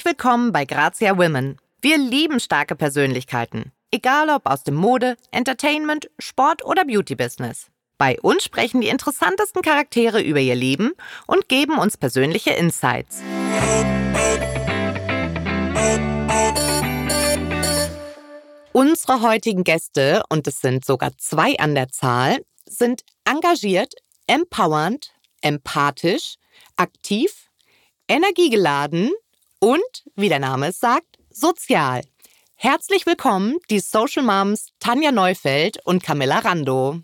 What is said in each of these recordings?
willkommen bei Grazia Women. Wir lieben starke Persönlichkeiten. Egal ob aus dem Mode, Entertainment, Sport oder Beauty-Business. Bei uns sprechen die interessantesten Charaktere über ihr Leben und geben uns persönliche Insights. Unsere heutigen Gäste, und es sind sogar 2 an der Zahl, sind engagiert, empowernd, empathisch, aktiv, energiegeladen und, wie der Name es sagt, sozial. Herzlich willkommen, die Social Moms Tanja Neufeld und Camilla Rando.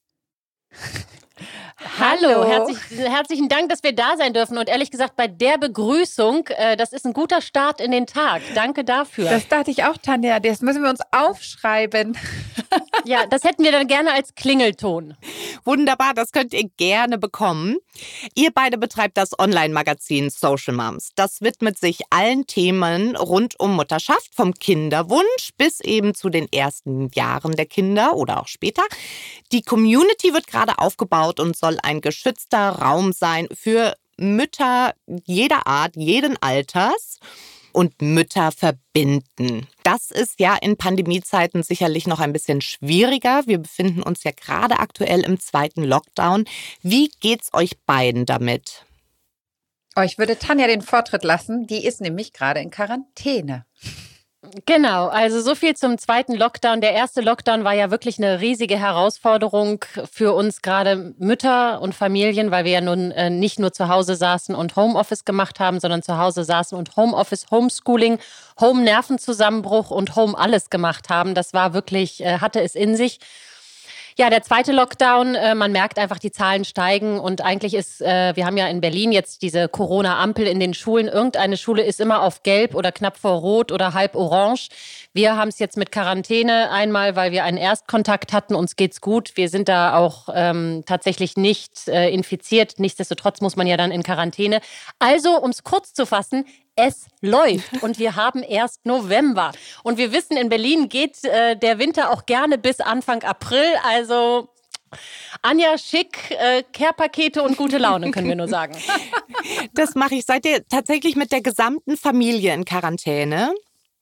Hallo, herzlichen Dank, dass wir da sein dürfen. Und ehrlich gesagt, bei der Begrüßung, das ist ein guter Start in den Tag. Danke dafür. Das dachte ich auch, Tanja. Das müssen wir uns aufschreiben. Ja, das hätten wir dann gerne als Klingelton. Wunderbar, das könnt ihr gerne bekommen. Ihr beide betreibt das Online-Magazin Social Moms. Das widmet sich allen Themen rund um Mutterschaft, vom Kinderwunsch bis eben zu den ersten Jahren der Kinder oder auch später. Die Community wird gerade aufgebaut und soll ein geschützter Raum sein für Mütter jeder Art, jeden Alters. Und Mütter verbinden. Das ist ja in Pandemiezeiten sicherlich noch ein bisschen schwieriger. Wir befinden uns ja gerade aktuell im 2. Lockdown. Wie geht's euch beiden damit? Oh, ich würde Tanja den Vortritt lassen. Die ist nämlich gerade in Quarantäne. Genau, also so viel zum 2. Lockdown. Der erste Lockdown war ja wirklich eine riesige Herausforderung für uns, gerade Mütter und Familien, weil wir ja nun nicht nur zu Hause saßen und Homeoffice gemacht haben, sondern zu Hause saßen und Homeoffice, Homeschooling, Home-Nervenzusammenbruch und Home alles gemacht haben. Das war wirklich, hatte es in sich. Ja, der 2. Lockdown, man merkt einfach, die Zahlen steigen und eigentlich ist, wir haben ja in Berlin jetzt diese Corona-Ampel in den Schulen. Irgendeine Schule ist immer auf Gelb oder knapp vor Rot oder halb orange. Wir haben es jetzt mit Quarantäne einmal, weil wir einen Erstkontakt hatten. Uns geht's gut. Wir sind da auch tatsächlich nicht infiziert. Nichtsdestotrotz muss man ja dann in Quarantäne. Also, um es kurz zu fassen, es läuft und wir haben erst November. Und wir wissen, in Berlin geht der Winter auch gerne bis Anfang April. Also Anja, schick, Care-Pakete und gute Laune, können wir nur sagen. Das mache ich. Seid ihr tatsächlich mit der gesamten Familie in Quarantäne?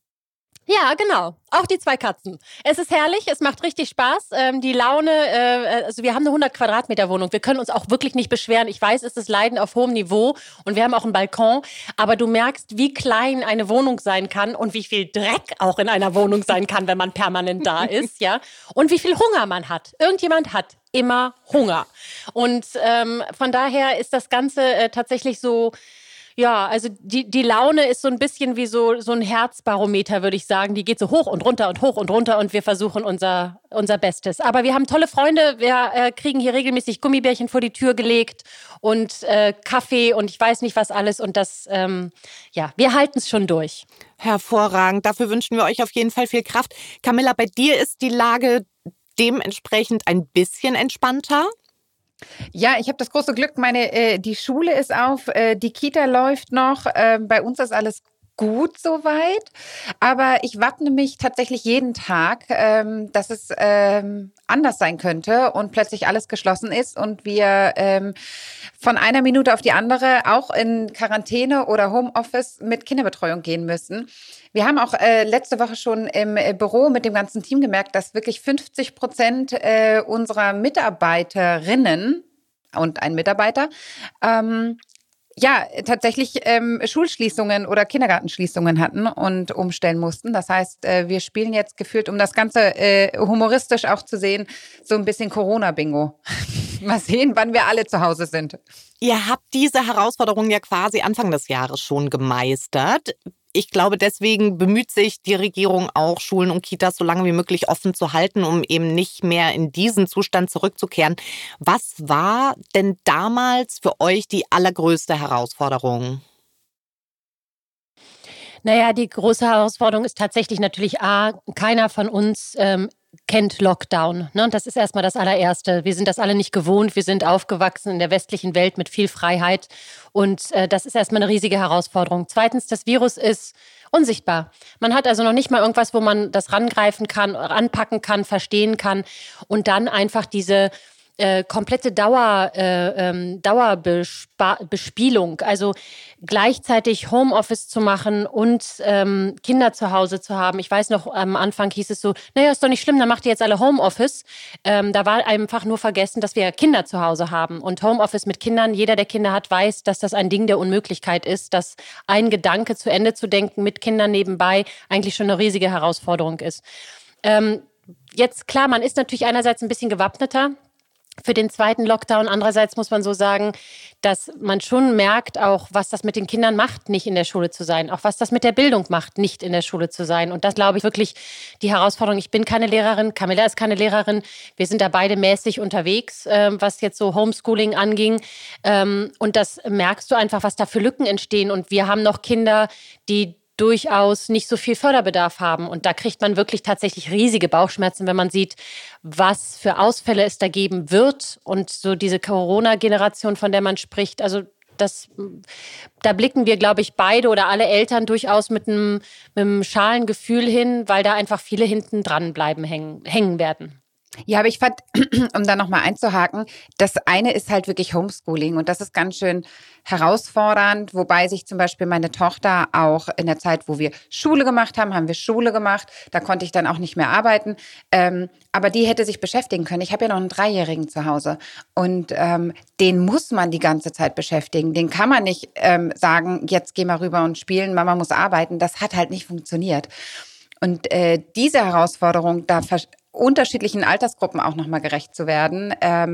Ja, genau. Auch die 2 Katzen. Es ist herrlich, es macht richtig Spaß. Die Laune, also wir haben eine 100 Quadratmeter Wohnung. Wir können uns auch wirklich nicht beschweren. Ich weiß, es ist Leiden auf hohem Niveau und wir haben auch einen Balkon. Aber du merkst, wie klein eine Wohnung sein kann und wie viel Dreck auch in einer Wohnung sein kann, wenn man permanent da ist, ja. Und wie viel Hunger man hat. Irgendjemand hat immer Hunger. Und von daher ist das Ganze tatsächlich so. Ja, also die Laune ist so ein bisschen wie so ein Herzbarometer, würde ich sagen. Die geht so hoch und runter und hoch und runter und wir versuchen unser Bestes. Aber wir haben tolle Freunde. Wir kriegen hier regelmäßig Gummibärchen vor die Tür gelegt und Kaffee und ich weiß nicht was alles. Und das, wir halten es schon durch. Hervorragend. Dafür wünschen wir euch auf jeden Fall viel Kraft. Camilla, bei dir ist die Lage dementsprechend ein bisschen entspannter. Ja, ich habe das große Glück, die Schule ist auf, die Kita läuft noch, bei uns ist alles gut soweit, aber ich wappne mich tatsächlich jeden Tag, dass es anders sein könnte und plötzlich alles geschlossen ist und wir von einer Minute auf die andere auch in Quarantäne oder Homeoffice mit Kinderbetreuung gehen müssen. Wir haben auch letzte Woche schon im Büro mit dem ganzen Team gemerkt, dass wirklich 50% unserer Mitarbeiterinnen und ein Mitarbeiter tatsächlich Schulschließungen oder Kindergartenschließungen hatten und umstellen mussten. Das heißt, wir spielen jetzt gefühlt, um das Ganze humoristisch auch zu sehen, so ein bisschen Corona-Bingo. Mal sehen, wann wir alle zu Hause sind. Ihr habt diese Herausforderung ja quasi Anfang des Jahres schon gemeistert. Ich glaube, deswegen bemüht sich die Regierung auch, Schulen und Kitas so lange wie möglich offen zu halten, um eben nicht mehr in diesen Zustand zurückzukehren. Was war denn damals für euch die allergrößte Herausforderung? Naja, die große Herausforderung ist tatsächlich natürlich keiner von uns kennt Lockdown. Ne? Und das ist erstmal das allererste. Wir sind das alle nicht gewohnt. Wir sind aufgewachsen in der westlichen Welt mit viel Freiheit. Und das ist erstmal eine riesige Herausforderung. Zweitens, das Virus ist unsichtbar. Man hat also noch nicht mal irgendwas, wo man das rangreifen kann, anpacken kann, verstehen kann. Und dann einfach diese komplette Dauerbespielung. Also gleichzeitig Homeoffice zu machen und Kinder zu Hause zu haben. Ich weiß noch, am Anfang hieß es so, naja, ist doch nicht schlimm, dann macht ihr jetzt alle Homeoffice. Da war einfach nur vergessen, dass wir Kinder zu Hause haben. Und Homeoffice mit Kindern, jeder, der Kinder hat, weiß, dass das ein Ding der Unmöglichkeit ist, dass ein Gedanke zu Ende zu denken mit Kindern nebenbei eigentlich schon eine riesige Herausforderung ist. Jetzt klar, man ist natürlich einerseits ein bisschen gewappneter für den zweiten Lockdown. Andererseits muss man so sagen, dass man schon merkt auch, was das mit den Kindern macht, nicht in der Schule zu sein. Auch was das mit der Bildung macht, nicht in der Schule zu sein. Und das, glaube ich, wirklich die Herausforderung. Ich bin keine Lehrerin, Camilla ist keine Lehrerin. Wir sind da beide mäßig unterwegs, was jetzt so Homeschooling anging. Und das merkst du einfach, was da für Lücken entstehen. Und wir haben noch Kinder, die durchaus nicht so viel Förderbedarf haben. Und da kriegt man wirklich tatsächlich riesige Bauchschmerzen, wenn man sieht, was für Ausfälle es da geben wird. Und so diese Corona-Generation, von der man spricht, also da blicken wir, glaube ich, beide oder alle Eltern durchaus mit einem schalen Gefühl hin, weil da einfach viele hinten dran bleiben, hängen werden. Ja, aber ich fand, um da nochmal einzuhaken, das eine ist halt wirklich Homeschooling und das ist ganz schön herausfordernd, wobei sich zum Beispiel meine Tochter auch in der Zeit, wo wir Schule gemacht haben, haben wir Schule gemacht, da konnte ich dann auch nicht mehr arbeiten, aber die hätte sich beschäftigen können. Ich habe ja noch einen 3-Jährigen zu Hause und den muss man die ganze Zeit beschäftigen, den kann man nicht sagen, jetzt geh mal rüber und spielen, Mama muss arbeiten, das hat halt nicht funktioniert. Und diese Herausforderung, da unterschiedlichen Altersgruppen auch nochmal gerecht zu werden,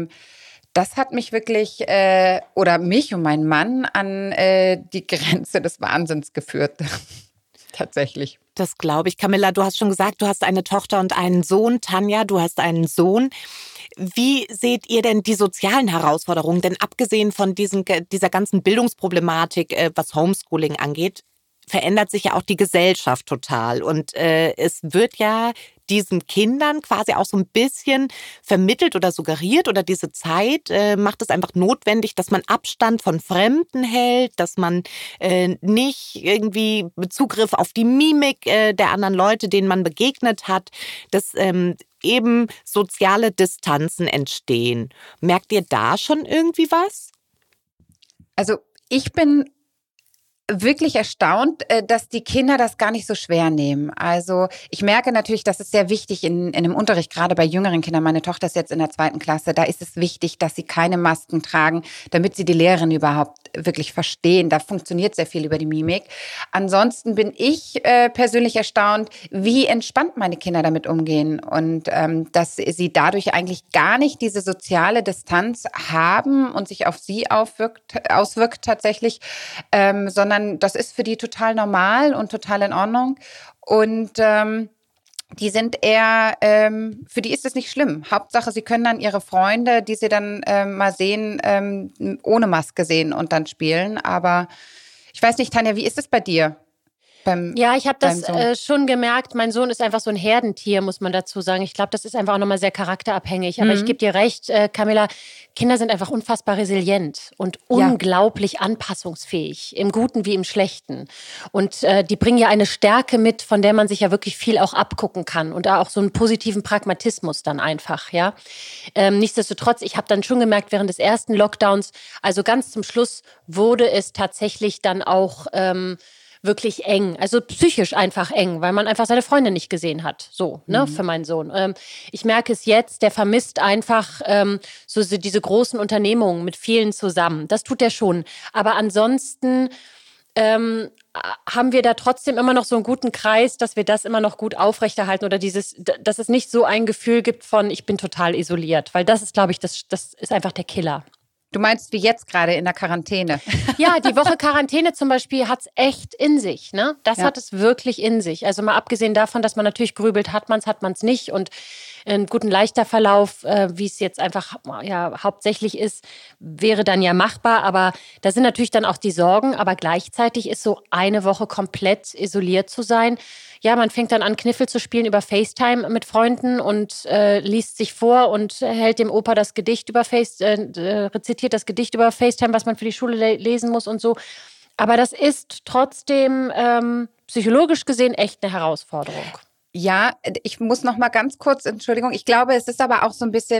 das hat mich wirklich oder mich und meinen Mann an die Grenze des Wahnsinns geführt. Tatsächlich. Das glaube ich. Camilla, du hast schon gesagt, du hast eine Tochter und einen Sohn. Tanja, du hast einen Sohn. Wie seht ihr denn die sozialen Herausforderungen? Denn abgesehen von dieser ganzen Bildungsproblematik, was Homeschooling angeht, verändert sich ja auch die Gesellschaft total. Und es wird ja diesen Kindern quasi auch so ein bisschen vermittelt oder suggeriert oder diese Zeit macht es einfach notwendig, dass man Abstand von Fremden hält, dass man nicht irgendwie Zugriff auf die Mimik der anderen Leute, denen man begegnet hat, dass eben soziale Distanzen entstehen. Merkt ihr da schon irgendwie was? Also ich bin wirklich erstaunt, dass die Kinder das gar nicht so schwer nehmen. Also ich merke natürlich, das ist sehr wichtig in dem Unterricht, gerade bei jüngeren Kindern. Meine Tochter ist jetzt in der 2. Klasse. Da ist es wichtig, dass sie keine Masken tragen, damit sie die Lehrerin überhaupt wirklich verstehen. Da funktioniert sehr viel über die Mimik. Ansonsten bin ich persönlich erstaunt, wie entspannt meine Kinder damit umgehen und dass sie dadurch eigentlich gar nicht diese soziale Distanz haben und sich auf sie auswirkt tatsächlich, sondern das ist für die total normal und total in Ordnung. Und die sind eher, für die ist es nicht schlimm. Hauptsache, sie können dann ihre Freunde, die sie dann mal sehen, ohne Maske sehen und dann spielen. Aber ich weiß nicht, Tanja, wie ist es bei dir? Ja, ich habe das schon gemerkt. Mein Sohn ist einfach so ein Herdentier, muss man dazu sagen. Ich glaube, das ist einfach auch nochmal sehr charakterabhängig. Aber ich gebe dir recht, Camilla, Kinder sind einfach unfassbar resilient und unglaublich anpassungsfähig, im Guten wie im Schlechten. Und die bringen ja eine Stärke mit, von der man sich ja wirklich viel auch abgucken kann. Und auch so einen positiven Pragmatismus dann einfach, ja. Nichtsdestotrotz, ich habe dann schon gemerkt, während des ersten Lockdowns, also ganz zum Schluss wurde es tatsächlich dann auch wirklich eng, also psychisch einfach eng, weil man einfach seine Freunde nicht gesehen hat, so, ne, für meinen Sohn. Ich merke es jetzt, der vermisst einfach so diese großen Unternehmungen mit vielen zusammen. Das tut er schon. Aber ansonsten haben wir da trotzdem immer noch so einen guten Kreis, dass wir das immer noch gut aufrechterhalten oder dass es nicht so ein Gefühl gibt von, ich bin total isoliert, weil das ist, glaube ich, das ist einfach der Killer. Du meinst wie jetzt gerade in der Quarantäne? Ja, die Woche Quarantäne zum Beispiel hat es echt in sich. Ne? Das hat es wirklich in sich. Also mal abgesehen davon, dass man natürlich grübelt, hat man es nicht. Und einen guten leichter Verlauf, wie es jetzt einfach hauptsächlich ist, wäre dann ja machbar. Aber da sind natürlich dann auch die Sorgen. Aber gleichzeitig ist so eine Woche komplett isoliert zu sein. Ja, man fängt dann an, Kniffel zu spielen über FaceTime mit Freunden und liest sich vor und hält dem Opa das Gedicht rezitiert das Gedicht über FaceTime, was man für die Schule lesen muss und so. Aber das ist trotzdem psychologisch gesehen echt eine Herausforderung. Ja, ich muss noch mal ganz kurz, Entschuldigung, ich glaube, es ist aber auch so ein bisschen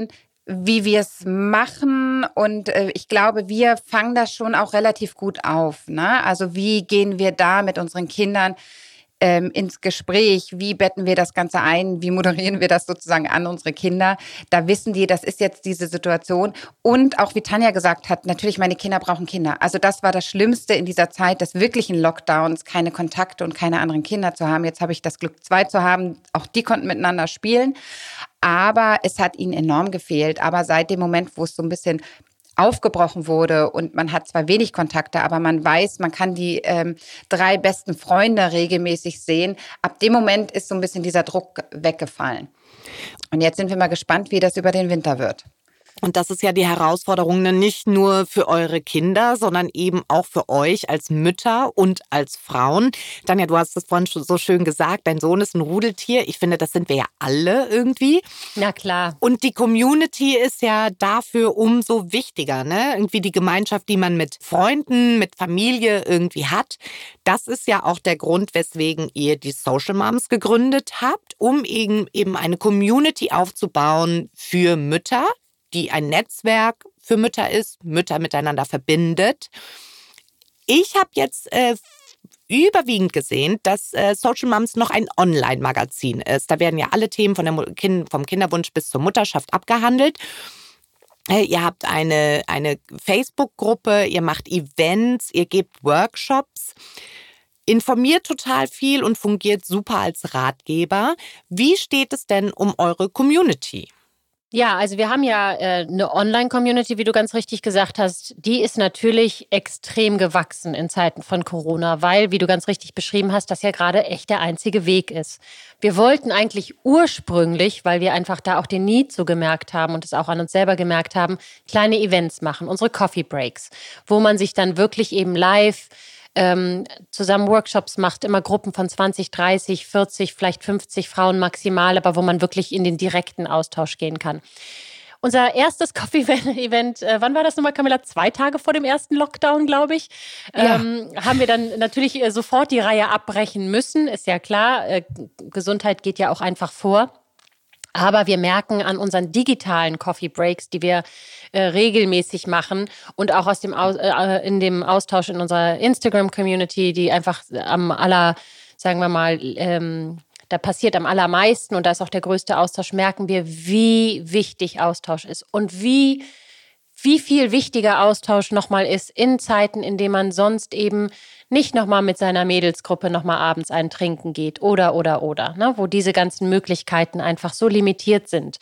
wie wir es machen und ich glaube, wir fangen das schon auch relativ gut auf, ne? Also wie gehen wir da mit unseren Kindern ins Gespräch, wie betten wir das Ganze ein, wie moderieren wir das sozusagen an unsere Kinder. Da wissen die, das ist jetzt diese Situation. Und auch wie Tanja gesagt hat, natürlich, meine Kinder brauchen Kinder. Also das war das Schlimmste in dieser Zeit des wirklichen Lockdowns, keine Kontakte und keine anderen Kinder zu haben. Jetzt habe ich das Glück, 2 zu haben. Auch die konnten miteinander spielen. Aber es hat ihnen enorm gefehlt. Aber seit dem Moment, wo es so ein bisschen aufgebrochen wurde und man hat zwar wenig Kontakte, aber man weiß, man kann die 3 besten Freunde regelmäßig sehen. Ab dem Moment ist so ein bisschen dieser Druck weggefallen. Und jetzt sind wir mal gespannt, wie das über den Winter wird. Und das ist ja die Herausforderung nicht nur für eure Kinder, sondern eben auch für euch als Mütter und als Frauen. Tanja, du hast es vorhin schon so schön gesagt, dein Sohn ist ein Rudeltier. Ich finde, das sind wir ja alle irgendwie. Na klar. Und die Community ist ja dafür umso wichtiger, ne? Irgendwie die Gemeinschaft, die man mit Freunden, mit Familie irgendwie hat. Das ist ja auch der Grund, weswegen ihr die Social Moms gegründet habt, um eben eine Community aufzubauen für Mütter, die ein Netzwerk für Mütter ist, Mütter miteinander verbindet. Ich habe jetzt überwiegend gesehen, dass Social Moms noch ein Online-Magazin ist. Da werden ja alle Themen vom Kinderwunsch bis zur Mutterschaft abgehandelt. Ihr habt eine Facebook-Gruppe, ihr macht Events, ihr gebt Workshops, informiert total viel und fungiert super als Ratgeber. Wie steht es denn um eure Community? Ja, also wir haben ja eine Online-Community, wie du ganz richtig gesagt hast. Die ist natürlich extrem gewachsen in Zeiten von Corona, weil, wie du ganz richtig beschrieben hast, das ja gerade echt der einzige Weg ist. Wir wollten eigentlich ursprünglich, weil wir einfach da auch den Need so gemerkt haben und es auch an uns selber gemerkt haben, kleine Events machen, unsere Coffee Breaks, wo man sich dann wirklich eben live zusammen Workshops macht, immer Gruppen von 20, 30, 40, vielleicht 50 Frauen maximal, aber wo man wirklich in den direkten Austausch gehen kann. Unser erstes Coffee-Event, wann war das nochmal, Camilla? 2 Tage vor dem ersten Lockdown, glaube ich. Ja. Haben wir dann natürlich sofort die Reihe abbrechen müssen. Ist ja klar, Gesundheit geht ja auch einfach vor. Aber wir merken an unseren digitalen Coffee Breaks, die wir regelmäßig machen und auch in dem Austausch in unserer Instagram-Community, die einfach sagen wir mal, da passiert am allermeisten und da ist auch der größte Austausch, merken wir, wie wichtig Austausch ist und wie viel wichtiger Austausch nochmal ist in Zeiten, in denen man sonst eben nicht nochmal mit seiner Mädelsgruppe nochmal abends einen trinken geht oder, ne, wo diese ganzen Möglichkeiten einfach so limitiert sind.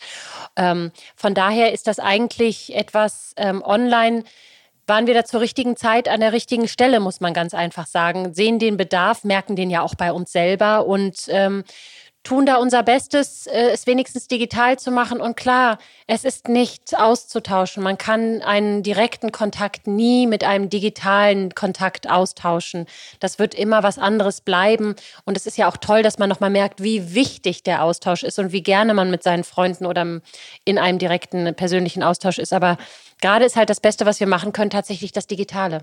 Von daher ist das eigentlich etwas online, waren wir da zur richtigen Zeit an der richtigen Stelle, muss man ganz einfach sagen, sehen den Bedarf, merken den ja auch bei uns selber und tun da unser Bestes, es wenigstens digital zu machen. Und klar, es ist nicht auszutauschen. Man kann einen direkten Kontakt nie mit einem digitalen Kontakt austauschen. Das wird immer was anderes bleiben. Und es ist ja auch toll, dass man nochmal merkt, wie wichtig der Austausch ist und wie gerne man mit seinen Freunden oder in einem direkten persönlichen Austausch ist. Aber gerade ist halt das Beste, was wir machen können, tatsächlich das Digitale.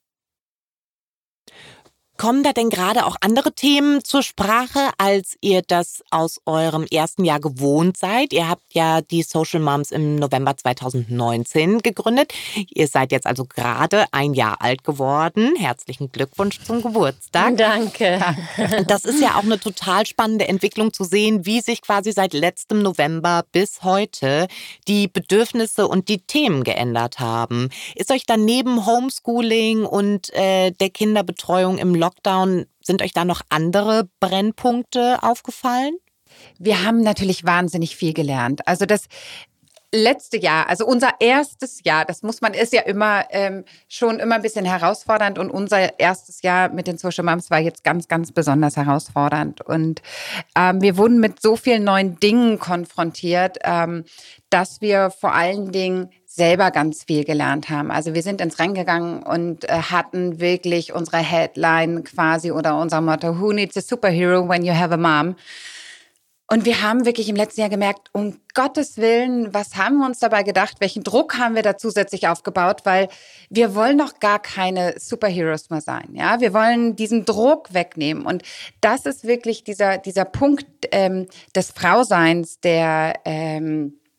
Kommen da denn gerade auch andere Themen zur Sprache, als ihr das aus eurem ersten Jahr gewohnt seid? Ihr habt ja die Social Moms im November 2019 gegründet. Ihr seid jetzt also gerade 1 Jahr alt geworden. Herzlichen Glückwunsch zum Geburtstag. Danke. Das ist ja auch eine total spannende Entwicklung zu sehen, wie sich quasi seit letztem November bis heute die Bedürfnisse und die Themen geändert haben. Ist euch dann neben Homeschooling und der Kinderbetreuung im Lockdown, sind euch da noch andere Brennpunkte aufgefallen? Wir haben natürlich wahnsinnig viel gelernt. Also das letzte Jahr, also unser erstes Jahr, ist ja immer schon immer ein bisschen herausfordernd und unser erstes Jahr mit den Social Moms war jetzt ganz, ganz besonders herausfordernd und wir wurden mit so vielen neuen Dingen konfrontiert, dass wir vor allen Dingen selber ganz viel gelernt haben. Also wir sind ins Rennen gegangen und hatten wirklich unsere Headline quasi oder unser Motto, Who needs a superhero when you have a mom? Und wir haben wirklich im letzten Jahr gemerkt, um Gottes Willen, was haben wir uns dabei gedacht? Welchen Druck haben wir da zusätzlich aufgebaut? Weil wir wollen doch gar keine Superheroes mehr sein. Ja, wir wollen diesen Druck wegnehmen. Und das ist wirklich dieser Punkt des Frauseins, der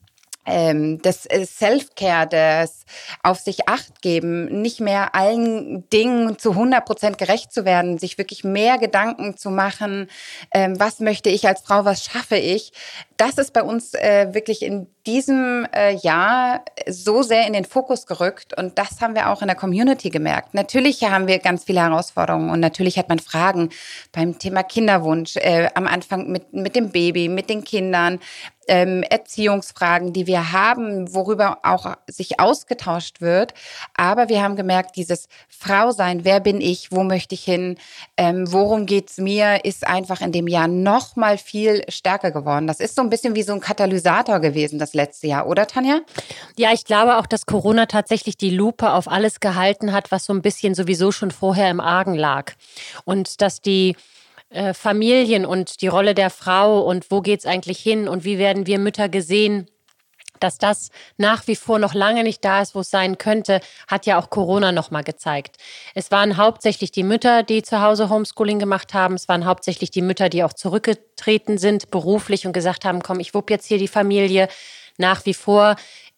das Self-Care, das auf sich Acht geben, nicht mehr allen Dingen zu 100% gerecht zu werden, sich wirklich mehr Gedanken zu machen, was möchte ich als Frau, was schaffe ich, das ist bei uns wirklich in diesem Jahr so sehr in den Fokus gerückt und das haben wir auch in der Community gemerkt. Natürlich haben wir ganz viele Herausforderungen und natürlich hat man Fragen beim Thema Kinderwunsch, am Anfang mit dem Baby, mit den Kindern, Erziehungsfragen, die wir haben, worüber auch sich ausgetauscht wird. Aber wir haben gemerkt, dieses Frausein, wer bin ich, wo möchte ich hin, worum geht's mir, ist einfach in dem Jahr noch mal viel stärker geworden. Das ist so ein bisschen wie so ein Katalysator gewesen das letzte Jahr, oder Tanja? Ja, ich glaube auch, dass Corona tatsächlich die Lupe auf alles gehalten hat, was so ein bisschen sowieso schon vorher im Argen lag. Und dass die Familien und die Rolle der Frau und wo geht's eigentlich hin und wie werden wir Mütter gesehen, dass das nach wie vor noch lange nicht da ist, wo es sein könnte, hat ja auch Corona nochmal gezeigt. Es waren hauptsächlich die Mütter, die zu Hause Homeschooling gemacht haben. Es waren hauptsächlich die Mütter, die auch zurückgetreten sind beruflich und gesagt haben, komm, ich wupp jetzt hier die Familie. Nach wie vor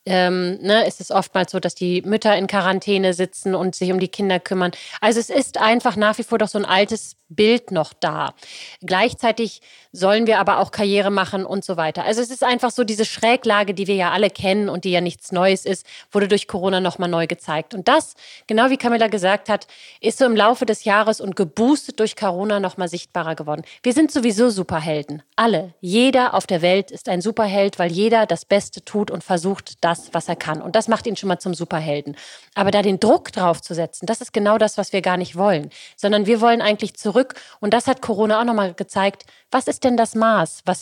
ist es oftmals so, dass die Mütter in Quarantäne sitzen und sich um die Kinder kümmern. Also es ist einfach nach wie vor doch so ein altes Bild noch da. Gleichzeitig sollen wir aber auch Karriere machen und so weiter. Also es ist einfach so diese Schräglage, die wir ja alle kennen und die ja nichts Neues ist, wurde durch Corona nochmal neu gezeigt. Und das, genau wie Camilla gesagt hat, ist so im Laufe des Jahres und geboostet durch Corona nochmal sichtbarer geworden. Wir sind sowieso Superhelden. Alle. Jeder auf der Welt ist ein Superheld, weil jeder das Beste tut und versucht das, was er kann. Und das macht ihn schon mal zum Superhelden. Aber da den Druck drauf zu setzen, das ist genau das, was wir gar nicht wollen. Sondern wir wollen eigentlich zurück. Und das hat Corona auch nochmal gezeigt. Was ist denn das Maß, was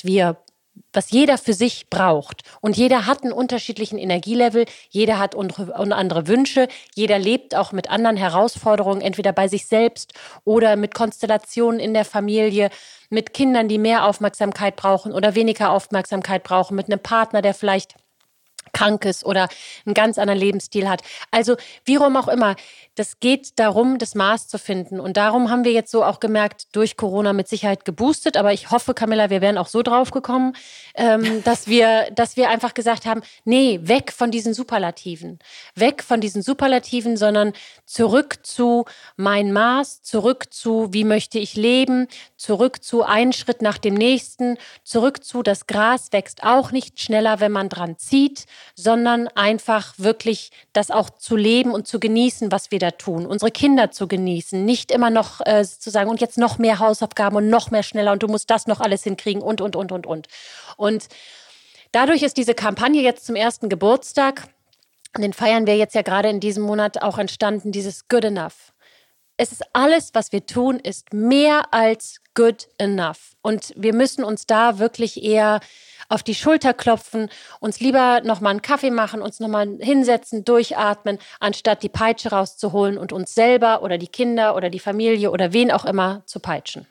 jeder für sich braucht? Und jeder hat einen unterschiedlichen Energielevel. Jeder hat andere Wünsche. Jeder lebt auch mit anderen Herausforderungen, entweder bei sich selbst oder mit Konstellationen in der Familie, mit Kindern, die mehr Aufmerksamkeit brauchen oder weniger Aufmerksamkeit brauchen, mit einem Partner, der vielleicht krank ist oder einen ganz anderen Lebensstil hat. Also wie rum auch immer, das geht darum, das Maß zu finden. Und darum haben wir jetzt so auch gemerkt, durch Corona mit Sicherheit geboostet. Aber ich hoffe, Camilla, wir wären auch so drauf gekommen, dass wir einfach gesagt haben, nee, weg von diesen Superlativen. Weg von diesen Superlativen, sondern zurück zu mein Maß, zurück zu wie möchte ich leben, zurück zu einen Schritt nach dem nächsten, zurück zu das Gras wächst auch nicht schneller, wenn man dran zieht, sondern einfach wirklich das auch zu leben und zu genießen, was wir da tun. Unsere Kinder zu genießen, nicht immer noch zu sagen, und jetzt noch mehr Hausaufgaben und noch mehr schneller und du musst das noch alles hinkriegen und. Und dadurch ist diese Kampagne jetzt zum 1. Geburtstag, den feiern wir jetzt ja gerade in diesem Monat auch entstanden, dieses Good Enough. Es ist alles, was wir tun, ist mehr als good enough. Und wir müssen uns da wirklich eher auf die Schulter klopfen, uns lieber nochmal einen Kaffee machen, uns nochmal hinsetzen, durchatmen, anstatt die Peitsche rauszuholen und uns selber oder die Kinder oder die Familie oder wen auch immer zu peitschen.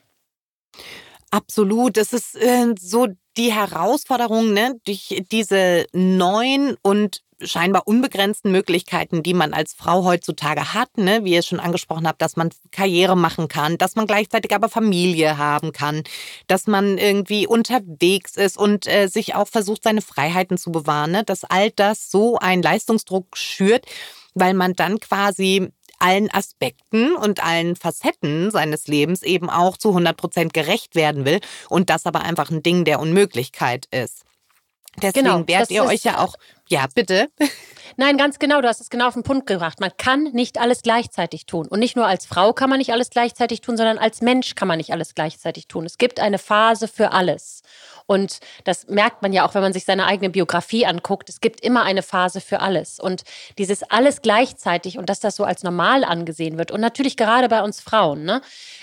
Absolut. Das ist so die Herausforderung, ne, durch diese neuen und scheinbar unbegrenzten Möglichkeiten, die man als Frau heutzutage hat, ne, wie ihr es schon angesprochen habt, dass man Karriere machen kann, dass man gleichzeitig aber Familie haben kann, dass man irgendwie unterwegs ist und sich auch versucht, seine Freiheiten zu bewahren, ne, dass all das so einen Leistungsdruck schürt, weil man dann quasi allen Aspekten und allen Facetten seines Lebens eben auch zu 100% gerecht werden will und das aber einfach ein Ding der Unmöglichkeit ist. Deswegen wehrt ihr euch ja auch... Ja, bitte. Nein, ganz genau, du hast es genau auf den Punkt gebracht. Man kann nicht alles gleichzeitig tun. Und nicht nur als Frau kann man nicht alles gleichzeitig tun, sondern als Mensch kann man nicht alles gleichzeitig tun. Es gibt eine Phase für alles. Und das merkt man ja auch, wenn man sich seine eigene Biografie anguckt. Es gibt immer eine Phase für alles. Und dieses alles gleichzeitig und dass das so als normal angesehen wird. Und natürlich gerade bei uns Frauen, ne?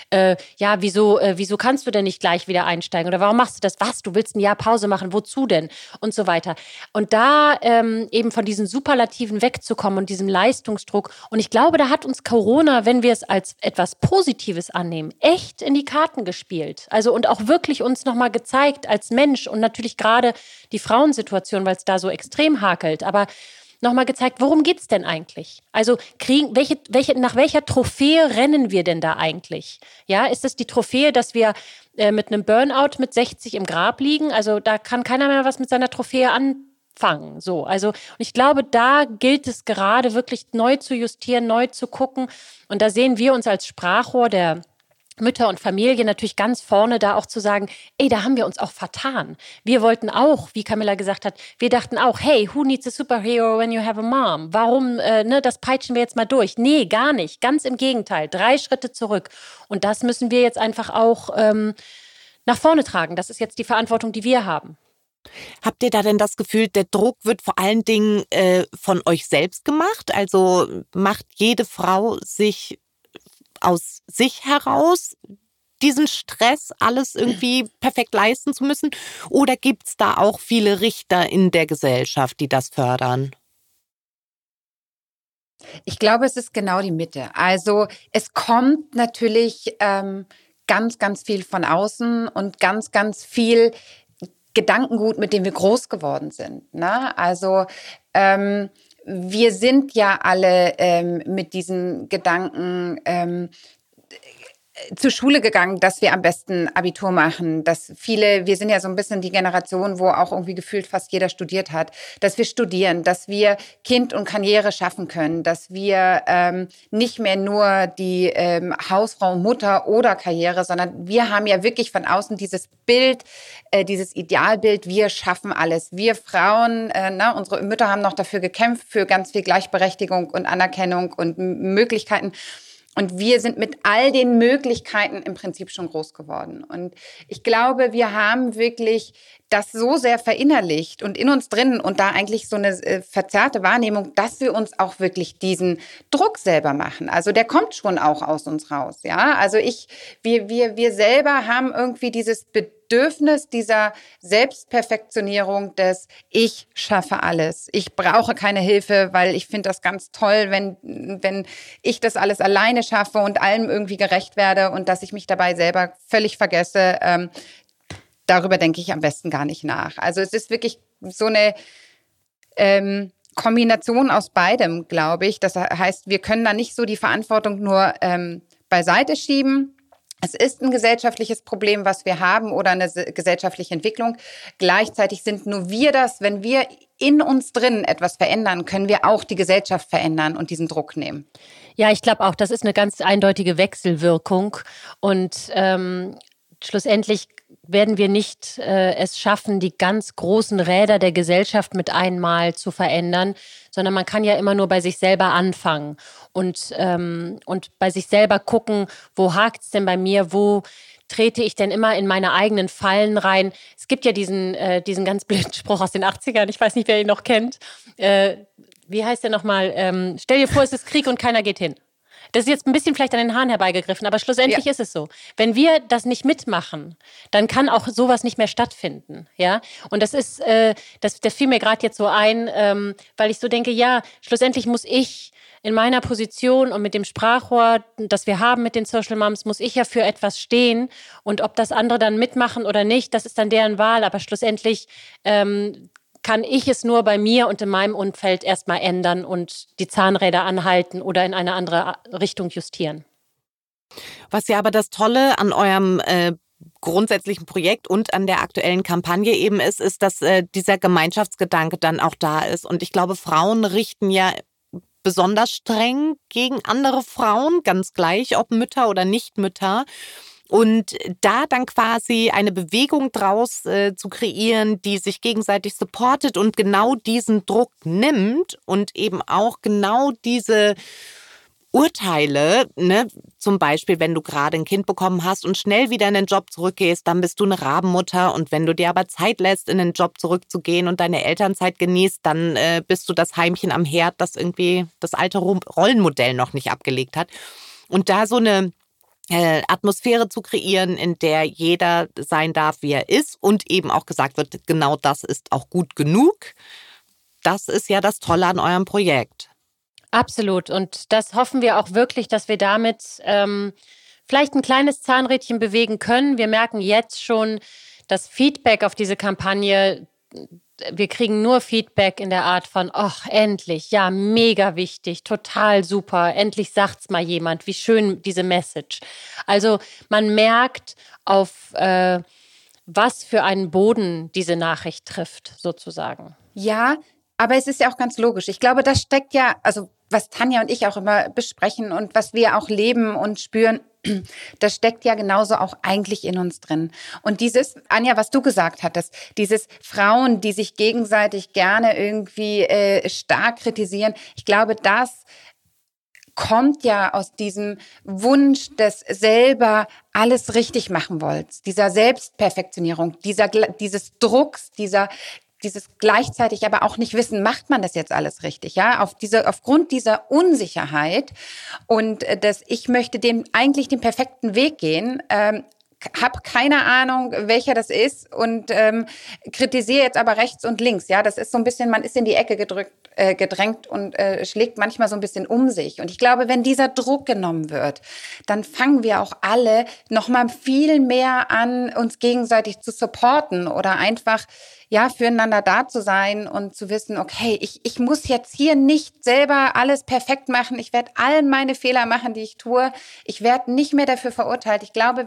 Wieso kannst du denn nicht gleich wieder einsteigen? Oder warum machst du das? Was? Du willst ein Jahr Pause machen? Wozu denn? Und so weiter. Und da eben von diesen Superlativen wegzukommen und diesem Leistungsdruck. Und ich glaube, da hat uns Corona, wenn wir es als etwas Positives annehmen, echt in die Karten gespielt. Also und auch wirklich uns nochmal gezeigt als Mensch und natürlich gerade die Frauensituation, weil es da so extrem hakelt. Aber nochmal gezeigt, worum geht's denn eigentlich? Also nach welcher Trophäe rennen wir denn da eigentlich? Ja, ist es die Trophäe, dass wir mit einem Burnout mit 60 im Grab liegen? Also da kann keiner mehr was mit seiner Trophäe fangen. So, also und ich glaube, da gilt es gerade wirklich neu zu justieren, neu zu gucken. Und da sehen wir uns als Sprachrohr der Mütter und Familie natürlich ganz vorne, da auch zu sagen, ey, da haben wir uns auch vertan. Wir wollten auch, wie Camilla gesagt hat, wir dachten auch, hey, who needs a superhero when you have a mom? Warum, das peitschen wir jetzt mal durch? Nee, gar nicht. Ganz im Gegenteil. 3 Schritte zurück. Und das müssen wir jetzt einfach auch nach vorne tragen. Das ist jetzt die Verantwortung, die wir haben. Habt ihr da denn das Gefühl, der Druck wird vor allen Dingen von euch selbst gemacht? Also macht jede Frau sich aus sich heraus diesen Stress, alles irgendwie perfekt leisten zu müssen? Oder gibt es da auch viele Richter in der Gesellschaft, die das fördern? Ich glaube, es ist genau die Mitte. Also es kommt natürlich ganz, ganz viel von außen und ganz, ganz viel Gedankengut, mit dem wir groß geworden sind. Ne? Also wir sind ja alle mit diesen Gedanken zur Schule gegangen, dass wir am besten Abitur machen, dass wir sind ja so ein bisschen die Generation, wo auch irgendwie gefühlt fast jeder studiert hat, dass wir studieren, dass wir Kind und Karriere schaffen können, dass wir nicht mehr nur die Hausfrau, Mutter oder Karriere, sondern wir haben ja wirklich von außen dieses Bild, dieses Idealbild, wir schaffen alles. Wir Frauen, unsere Mütter haben noch dafür gekämpft, für ganz viel Gleichberechtigung und Anerkennung und Möglichkeiten. Und wir sind mit all den Möglichkeiten im Prinzip schon groß geworden. Und ich glaube, wir haben wirklich das so sehr verinnerlicht und in uns drin und da eigentlich so eine verzerrte Wahrnehmung, dass wir uns auch wirklich diesen Druck selber machen. Also der kommt schon auch aus uns raus, ja. Also wir selber haben irgendwie dieses Bedürfnis dieser Selbstperfektionierung des Ich schaffe alles. Ich brauche keine Hilfe, weil ich finde das ganz toll, wenn ich das alles alleine schaffe und allem irgendwie gerecht werde und dass ich mich dabei selber völlig vergesse. Darüber denke ich am besten gar nicht nach. Also es ist wirklich so eine Kombination aus beidem, glaube ich. Das heißt, wir können da nicht so die Verantwortung nur beiseite schieben. Es ist ein gesellschaftliches Problem, was wir haben oder eine gesellschaftliche Entwicklung. Gleichzeitig sind nur wir das, wenn wir in uns drin etwas verändern, können wir auch die Gesellschaft verändern und diesen Druck nehmen. Ja, ich glaube auch, das ist eine ganz eindeutige Wechselwirkung und schlussendlich werden wir nicht es schaffen, die ganz großen Räder der Gesellschaft mit einmal zu verändern, sondern man kann ja immer nur bei sich selber anfangen und bei sich selber gucken, wo hakt's denn bei mir, wo trete ich denn immer in meine eigenen Fallen rein. Es gibt ja diesen ganz blöden Spruch aus den 80ern, ich weiß nicht, wer ihn noch kennt. Wie heißt der nochmal? Stell dir vor, es ist Krieg und keiner geht hin. Das ist jetzt ein bisschen vielleicht an den Haaren herbeigegriffen, aber schlussendlich ist es so. Wenn wir das nicht mitmachen, dann kann auch sowas nicht mehr stattfinden. Ja? Und das ist, das fiel mir gerade jetzt so ein, weil ich so denke, ja, schlussendlich muss ich in meiner Position und mit dem Sprachrohr, das wir haben mit den Social Moms, muss ich ja für etwas stehen. Und ob das andere dann mitmachen oder nicht, das ist dann deren Wahl. Aber schlussendlich kann ich es nur bei mir und in meinem Umfeld erstmal ändern und die Zahnräder anhalten oder in eine andere Richtung justieren. Was ja aber das Tolle an eurem grundsätzlichen Projekt und an der aktuellen Kampagne eben ist, dass dieser Gemeinschaftsgedanke dann auch da ist. Und ich glaube, Frauen richten ja besonders streng gegen andere Frauen, ganz gleich, ob Mütter oder Nichtmütter. Und da dann quasi eine Bewegung draus zu kreieren, die sich gegenseitig supportet und genau diesen Druck nimmt und eben auch genau diese Urteile, ne, zum Beispiel, wenn du gerade ein Kind bekommen hast und schnell wieder in den Job zurückgehst, dann bist du eine Rabenmutter und wenn du dir aber Zeit lässt, in den Job zurückzugehen und deine Elternzeit genießt, dann bist du das Heimchen am Herd, das irgendwie das alte Rollenmodell noch nicht abgelegt hat. Und da so eine Atmosphäre zu kreieren, in der jeder sein darf, wie er ist und eben auch gesagt wird, genau das ist auch gut genug. Das ist ja das Tolle an eurem Projekt. Absolut. Und das hoffen wir auch wirklich, dass wir damit vielleicht ein kleines Zahnrädchen bewegen können. Wir merken jetzt schon das Feedback auf diese Kampagne. Wir kriegen nur Feedback in der Art von, ach, endlich, ja, mega wichtig, total super, endlich sagt's mal jemand, wie schön diese Message. Also man merkt, auf was für einen Boden diese Nachricht trifft, sozusagen. Ja, aber es ist ja auch ganz logisch. Ich glaube, das steckt ja, also was Tanja und ich auch immer besprechen und was wir auch leben und spüren, das steckt ja genauso auch eigentlich in uns drin. Und dieses, Anja, was du gesagt hattest, dieses Frauen, die sich gegenseitig gerne irgendwie stark kritisieren, ich glaube, das kommt ja aus diesem Wunsch des selber alles richtig machen wollens, dieser Selbstperfektionierung, dieses Drucks, dieses gleichzeitig aber auch nicht wissen, macht man das jetzt alles richtig, ja? Aufgrund dieser Unsicherheit und ich möchte eigentlich den perfekten Weg gehen, habe keine Ahnung, welcher das ist und kritisiere jetzt aber rechts und links. Ja, das ist so ein bisschen, man ist in die Ecke gedrängt und schlägt manchmal so ein bisschen um sich. Und ich glaube, wenn dieser Druck genommen wird, dann fangen wir auch alle noch mal viel mehr an, uns gegenseitig zu supporten oder einfach ja, füreinander da zu sein und zu wissen, okay, ich muss jetzt hier nicht selber alles perfekt machen. Ich werde all meine Fehler machen, die ich tue. Ich werde nicht mehr dafür verurteilt. Ich glaube,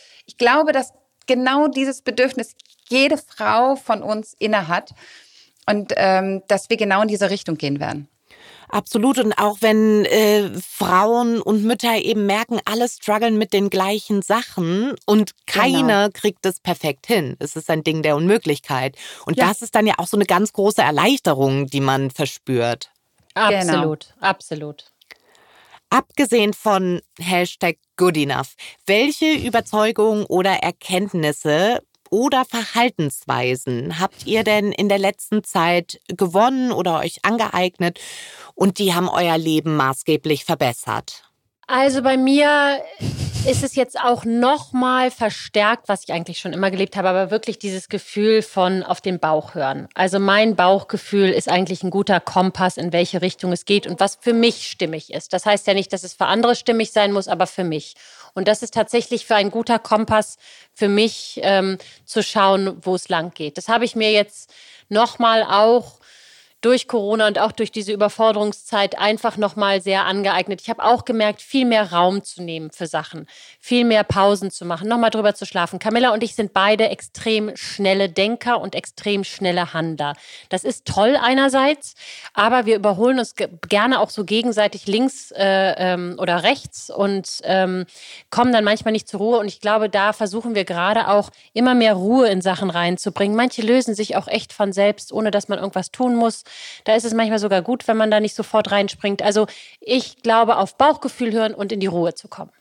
dass genau dieses Bedürfnis jede Frau von uns inne hat und dass wir genau in diese Richtung gehen werden. Absolut. Und auch wenn Frauen und Mütter eben merken, alle strugglen mit den gleichen Sachen und keine kriegt es perfekt hin. Es ist ein Ding der Unmöglichkeit. Und das ist dann ja auch so eine ganz große Erleichterung, die man verspürt. Absolut, absolut. Abgesehen von #GoodEnough, welche Überzeugungen oder Erkenntnisse oder Verhaltensweisen habt ihr denn in der letzten Zeit gewonnen oder euch angeeignet und die haben euer Leben maßgeblich verbessert? Also bei mir ist es jetzt auch nochmal verstärkt, was ich eigentlich schon immer gelebt habe, aber wirklich dieses Gefühl von auf den Bauch hören. Also mein Bauchgefühl ist eigentlich ein guter Kompass, in welche Richtung es geht und was für mich stimmig ist. Das heißt ja nicht, dass es für andere stimmig sein muss, aber für mich. Und das ist tatsächlich für ein guter Kompass für mich, zu schauen, wo es lang geht. Das habe ich mir jetzt nochmal auch durch Corona und auch durch diese Überforderungszeit einfach nochmal sehr angeeignet. Ich habe auch gemerkt, viel mehr Raum zu nehmen für Sachen, viel mehr Pausen zu machen, nochmal drüber zu schlafen. Camilla und ich sind beide extrem schnelle Denker und extrem schnelle Handler. Das ist toll einerseits, aber wir überholen uns gerne auch so gegenseitig links oder rechts und kommen dann manchmal nicht zur Ruhe. Und ich glaube, da versuchen wir gerade auch immer mehr Ruhe in Sachen reinzubringen. Manche lösen sich auch echt von selbst, ohne dass man irgendwas tun muss. Da ist es manchmal sogar gut, wenn man da nicht sofort reinspringt. Also ich glaube, auf Bauchgefühl hören und in die Ruhe zu kommen.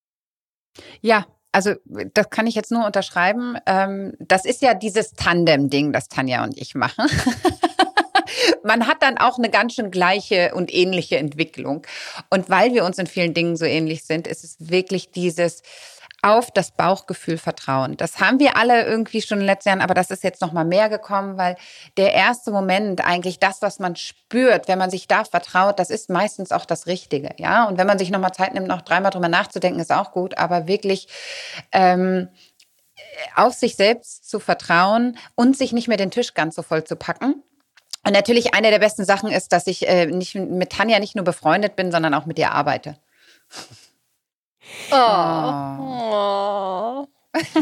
Ja, also das kann ich jetzt nur unterschreiben. Das ist ja dieses Tandem-Ding, das Tanja und ich machen. Man hat dann auch eine ganz schön gleiche und ähnliche Entwicklung. Und weil wir uns in vielen Dingen so ähnlich sind, ist es wirklich dieses auf das Bauchgefühl vertrauen. Das haben wir alle irgendwie schon in den letzten Jahren, aber das ist jetzt noch mal mehr gekommen, weil der erste Moment eigentlich das, was man spürt, wenn man sich da vertraut, das ist meistens auch das Richtige, ja. Und wenn man sich noch mal Zeit nimmt, noch dreimal drüber nachzudenken, ist auch gut, aber wirklich auf sich selbst zu vertrauen und sich nicht mehr den Tisch ganz so voll zu packen. Und natürlich eine der besten Sachen ist, dass ich mit Tanja nicht nur befreundet bin, sondern auch mit ihr arbeite. Oh.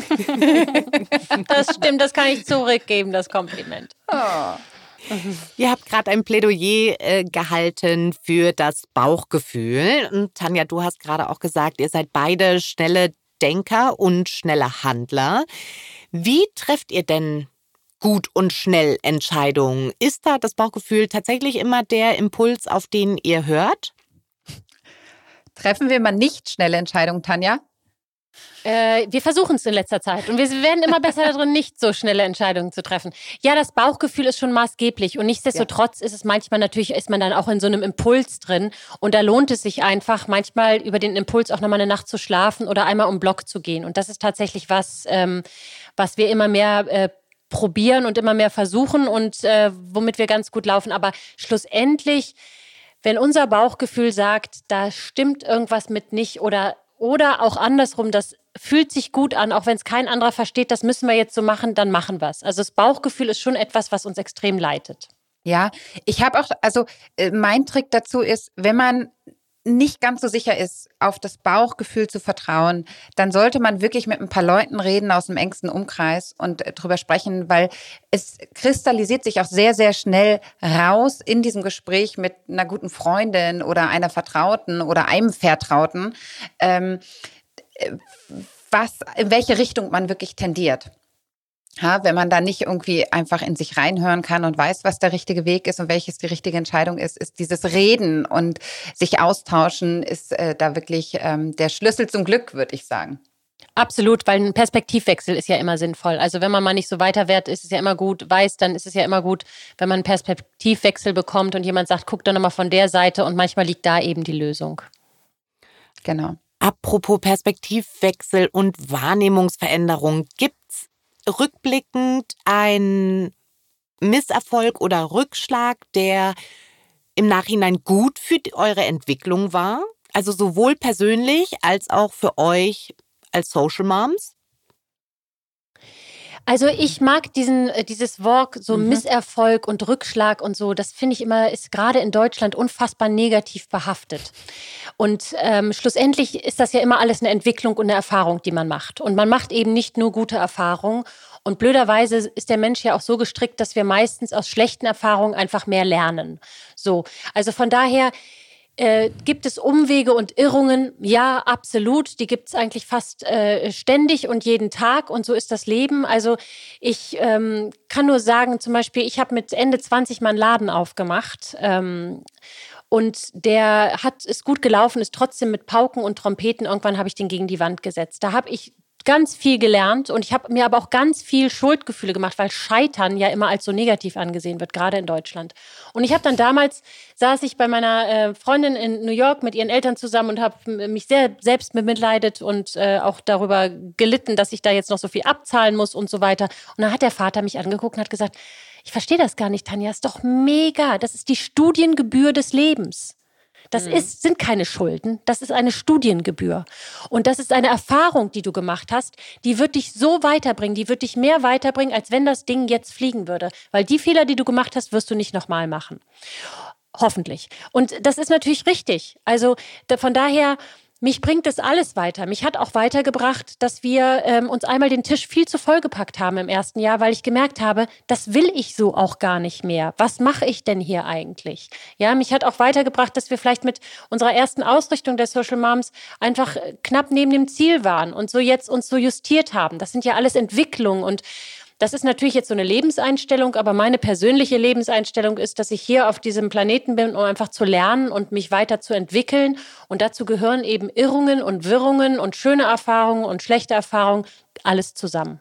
Das stimmt, das kann ich zurückgeben, das Kompliment. Ihr habt gerade ein Plädoyer gehalten für das Bauchgefühl. Und Tanja, du hast gerade auch gesagt, ihr seid beide schnelle Denker und schnelle Handler. Wie trefft ihr denn gut und schnell Entscheidungen? Ist da das Bauchgefühl tatsächlich immer der Impuls, auf den ihr hört? Treffen wir mal nicht schnelle Entscheidungen, Tanja? Wir versuchen es in letzter Zeit und wir werden immer besser darin, nicht so schnelle Entscheidungen zu treffen. Ja, das Bauchgefühl ist schon maßgeblich und nichtsdestotrotz ist es manchmal natürlich, ist man dann auch in so einem Impuls drin und da lohnt es sich einfach, manchmal über den Impuls auch nochmal eine Nacht zu schlafen oder einmal um den Block zu gehen. Und das ist tatsächlich was wir immer mehr probieren und immer mehr versuchen und womit wir ganz gut laufen. Aber schlussendlich, wenn unser Bauchgefühl sagt, da stimmt irgendwas mit nicht oder auch andersrum, das fühlt sich gut an, auch wenn es kein anderer versteht, das müssen wir jetzt so machen, dann machen wir es. Also das Bauchgefühl ist schon etwas, was uns extrem leitet. Ja, ich habe auch, also mein Trick dazu ist, wenn man nicht ganz so sicher ist, auf das Bauchgefühl zu vertrauen, dann sollte man wirklich mit ein paar Leuten reden aus dem engsten Umkreis und drüber sprechen, weil es kristallisiert sich auch sehr, sehr schnell raus in diesem Gespräch mit einer guten Freundin oder einer Vertrauten oder einem Vertrauten, in welche Richtung man wirklich tendiert. Ja, wenn man da nicht irgendwie einfach in sich reinhören kann und weiß, was der richtige Weg ist und welches die richtige Entscheidung ist dieses Reden und sich austauschen ist da wirklich der Schlüssel zum Glück, würde ich sagen. Absolut, weil ein Perspektivwechsel ist ja immer sinnvoll. Also wenn man mal nicht so weiter wert ist es ja immer gut, dann ist es ja immer gut, wenn man einen Perspektivwechsel bekommt und jemand sagt, guck doch nochmal von der Seite und manchmal liegt da eben die Lösung. Genau. Apropos Perspektivwechsel und Wahrnehmungsveränderung, gibt's rückblickend ein Misserfolg oder Rückschlag, der im Nachhinein gut für eure Entwicklung war? Also sowohl persönlich als auch für euch als Social Moms? Also ich mag dieses Wort, so Misserfolg und Rückschlag und so, das finde ich immer, ist gerade in Deutschland unfassbar negativ behaftet. Und schlussendlich ist das ja immer alles eine Entwicklung und eine Erfahrung, die man macht. Und man macht eben nicht nur gute Erfahrungen. Und blöderweise ist der Mensch ja auch so gestrickt, dass wir meistens aus schlechten Erfahrungen einfach mehr lernen. So, also von daher gibt es Umwege und Irrungen? Ja, absolut. Die gibt es eigentlich fast ständig und jeden Tag. Und so ist das Leben. Also ich kann nur sagen, zum Beispiel, ich habe mit Ende 20 mal einen Laden aufgemacht. Und der ist gut gelaufen, ist trotzdem mit Pauken und Trompeten. Irgendwann habe ich den gegen die Wand gesetzt. Da habe ich ganz viel gelernt und ich habe mir aber auch ganz viel Schuldgefühle gemacht, weil Scheitern ja immer als so negativ angesehen wird, gerade in Deutschland. Und ich habe dann saß ich bei meiner Freundin in New York mit ihren Eltern zusammen und habe mich sehr selbst bemitleidet und auch darüber gelitten, dass ich da jetzt noch so viel abzahlen muss und so weiter. Und dann hat der Vater mich angeguckt und hat gesagt, ich verstehe das gar nicht, Tanja, ist doch mega, das ist die Studiengebühr des Lebens. Das sind keine Schulden, das ist eine Studiengebühr. Und das ist eine Erfahrung, die du gemacht hast, die wird dich so weiterbringen, die wird dich mehr weiterbringen, als wenn das Ding jetzt fliegen würde. Weil die Fehler, die du gemacht hast, wirst du nicht nochmal machen. Hoffentlich. Und das ist natürlich richtig. Also von daher, mich bringt das alles weiter. Mich hat auch weitergebracht, dass wir uns einmal den Tisch viel zu voll gepackt haben im ersten Jahr, weil ich gemerkt habe, das will ich so auch gar nicht mehr. Was mache ich denn hier eigentlich? Ja, mich hat auch weitergebracht, dass wir vielleicht mit unserer ersten Ausrichtung der Social Moms einfach knapp neben dem Ziel waren und so jetzt uns so justiert haben. Das sind ja alles Entwicklungen und das ist natürlich jetzt so eine Lebenseinstellung, aber meine persönliche Lebenseinstellung ist, dass ich hier auf diesem Planeten bin, um einfach zu lernen und mich weiter zu entwickeln. Und dazu gehören eben Irrungen und Wirrungen und schöne Erfahrungen und schlechte Erfahrungen, alles zusammen.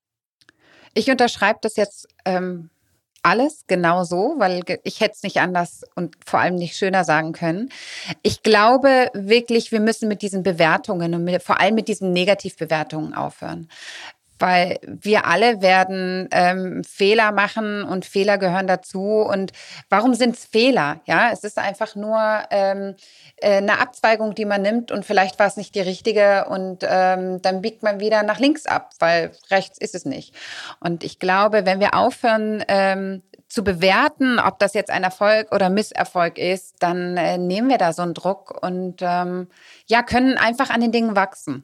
Ich unterschreibe das jetzt alles genau so, weil ich hätte es nicht anders und vor allem nicht schöner sagen können. Ich glaube wirklich, wir müssen mit diesen Bewertungen und vor allem mit diesen Negativbewertungen aufhören. Weil wir alle werden Fehler machen und Fehler gehören dazu. Und warum sind es Fehler? Ja, es ist einfach nur eine Abzweigung, die man nimmt und vielleicht war es nicht die richtige und dann biegt man wieder nach links ab, weil rechts ist es nicht. Und ich glaube, wenn wir aufhören zu bewerten, ob das jetzt ein Erfolg oder Misserfolg ist, dann nehmen wir da so einen Druck und können einfach an den Dingen wachsen.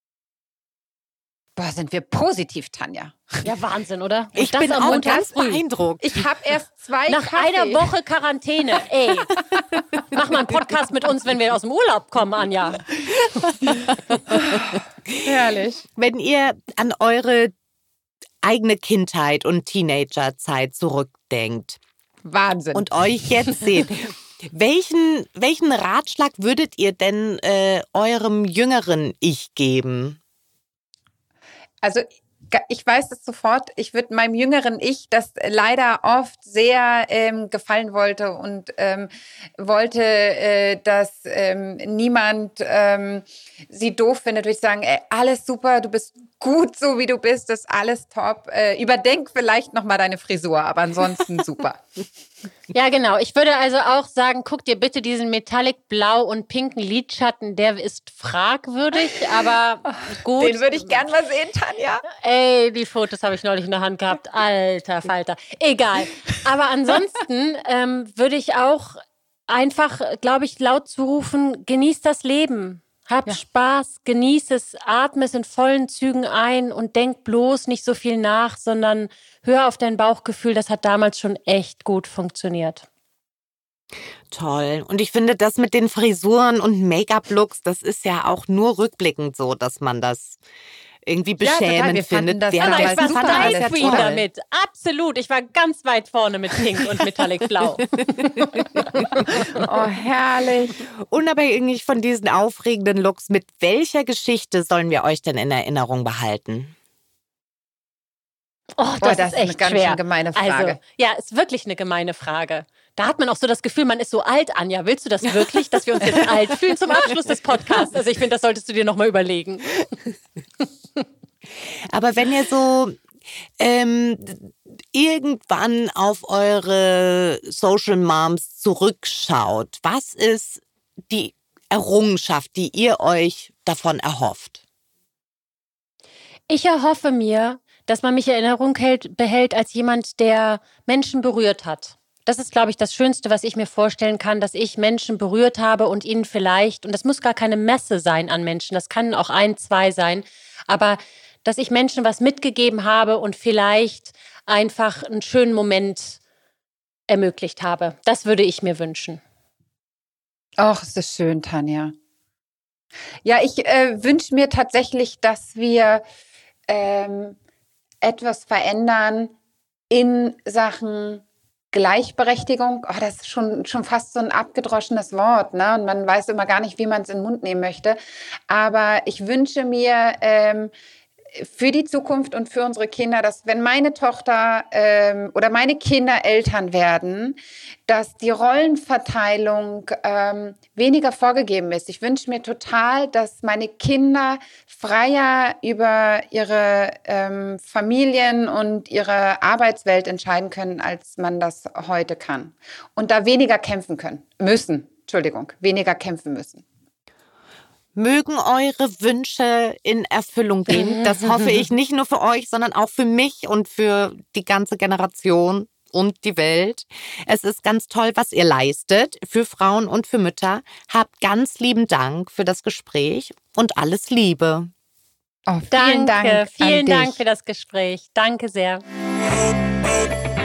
Boah, sind wir positiv, Tanja. Ja, Wahnsinn, oder? Ich bin auch ganz beeindruckt. Ich habe erst 2 Nach Kaffee. einer Woche Quarantäne, ey. Mach mal einen Podcast mit uns, wenn wir aus dem Urlaub kommen, Anja. Herrlich. Wenn ihr an eure eigene Kindheit und Teenagerzeit zurückdenkt. Wahnsinn. Und euch jetzt seht, welchen Ratschlag würdet ihr denn eurem jüngeren Ich geben? Also ich weiß es sofort, ich würde meinem jüngeren Ich, das leider oft sehr gefallen wollte und wollte, dass niemand sie doof findet, würde ich sagen, ey, alles super, du bist gut so, wie du bist, das ist alles top. Überdenk vielleicht nochmal deine Frisur, aber ansonsten super. Ja, genau. Ich würde also auch sagen, guck dir bitte diesen Metallic Blau und pinken Lidschatten, der ist fragwürdig, aber gut. Den würde ich gern mal sehen, Tanja. Ey, die Fotos habe ich neulich in der Hand gehabt. Alter Falter. Egal. Aber ansonsten würde ich auch einfach, glaube ich, laut zu rufen, genieß das Leben. Hab Spaß, genieß es, atme es in vollen Zügen ein und denk bloß nicht so viel nach, sondern hör auf dein Bauchgefühl. Das hat damals schon echt gut funktioniert. Toll. Und ich finde, das mit den Frisuren und Make-up-Looks, das ist ja auch nur rückblickend so, dass man das irgendwie beschämend findet. Aber ich war Style Queen damit. Absolut. Ich war ganz weit vorne mit Pink und Metallic Blau. Oh, herrlich. Unabhängig von diesen aufregenden Looks, mit welcher Geschichte sollen wir euch denn in Erinnerung behalten? Oh, das ist echt eine ganz schwer. Schön gemeine Frage. Also, ja, ist wirklich eine gemeine Frage. Da hat man auch so das Gefühl, man ist so alt, Anja. Willst du das wirklich, dass wir uns jetzt alt fühlen zum Abschluss des Podcasts? Also ich finde, das solltest du dir nochmal überlegen. Aber wenn ihr so irgendwann auf eure Social Moms zurückschaut, was ist die Errungenschaft, die ihr euch davon erhofft? Ich erhoffe mir, dass man mich in Erinnerung behält als jemand, der Menschen berührt hat. Das ist, glaube ich, das Schönste, was ich mir vorstellen kann, dass ich Menschen berührt habe und ihnen vielleicht, und das muss gar keine Messe sein an Menschen, das kann auch 1, 2 sein, aber dass ich Menschen was mitgegeben habe und vielleicht einfach einen schönen Moment ermöglicht habe. Das würde ich mir wünschen. Ach, ist das schön, Tanja. Ja, ich wünsche mir tatsächlich, dass wir etwas verändern in Sachen Gleichberechtigung. Oh, das ist schon fast so ein abgedroschenes Wort, ne? Und man weiß immer gar nicht, wie man es in den Mund nehmen möchte. Aber ich wünsche mir für die Zukunft und für unsere Kinder, dass wenn meine Tochter oder meine Kinder Eltern werden, dass die Rollenverteilung weniger vorgegeben ist. Ich wünsche mir total, dass meine Kinder freier über ihre Familien und ihre Arbeitswelt entscheiden können, als man das heute kann. Und da weniger kämpfen weniger kämpfen müssen. Mögen eure Wünsche in Erfüllung gehen. Das hoffe ich nicht nur für euch, sondern auch für mich und für die ganze Generation und die Welt. Es ist ganz toll, was ihr leistet für Frauen und für Mütter. Habt ganz lieben Dank für das Gespräch und alles Liebe. Oh, vielen Dank für das Gespräch. Danke sehr.